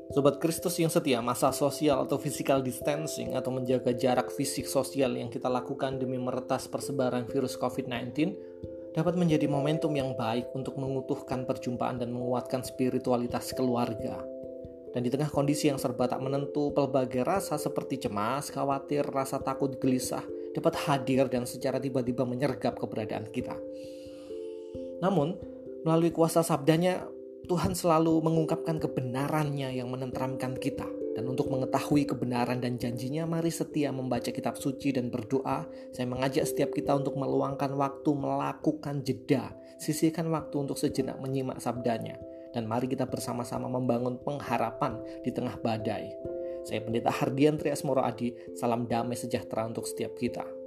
Sobat Kristus yang setia, masa sosial atau physical distancing atau menjaga jarak fisik sosial yang kita lakukan demi meretas persebaran virus COVID-19 dapat menjadi momentum yang baik untuk mengutuhkan perjumpaan dan menguatkan spiritualitas keluarga. Dan di tengah kondisi yang serba tak menentu, pelbagai rasa seperti cemas, khawatir, rasa takut, gelisah dapat hadir dan secara tiba-tiba menyergap keberadaan kita. Namun, melalui kuasa sabdanya, Tuhan selalu mengungkapkan kebenarannya yang menenteramkan kita. Dan untuk mengetahui kebenaran dan janjinya, mari setia membaca kitab suci dan berdoa. Saya mengajak setiap kita untuk meluangkan waktu, melakukan jeda, sisihkan waktu untuk sejenak menyimak sabdanya. Dan mari kita bersama-sama membangun pengharapan di tengah badai. Saya Pendeta Hardian Triasmoro Adi, salam damai sejahtera untuk setiap kita.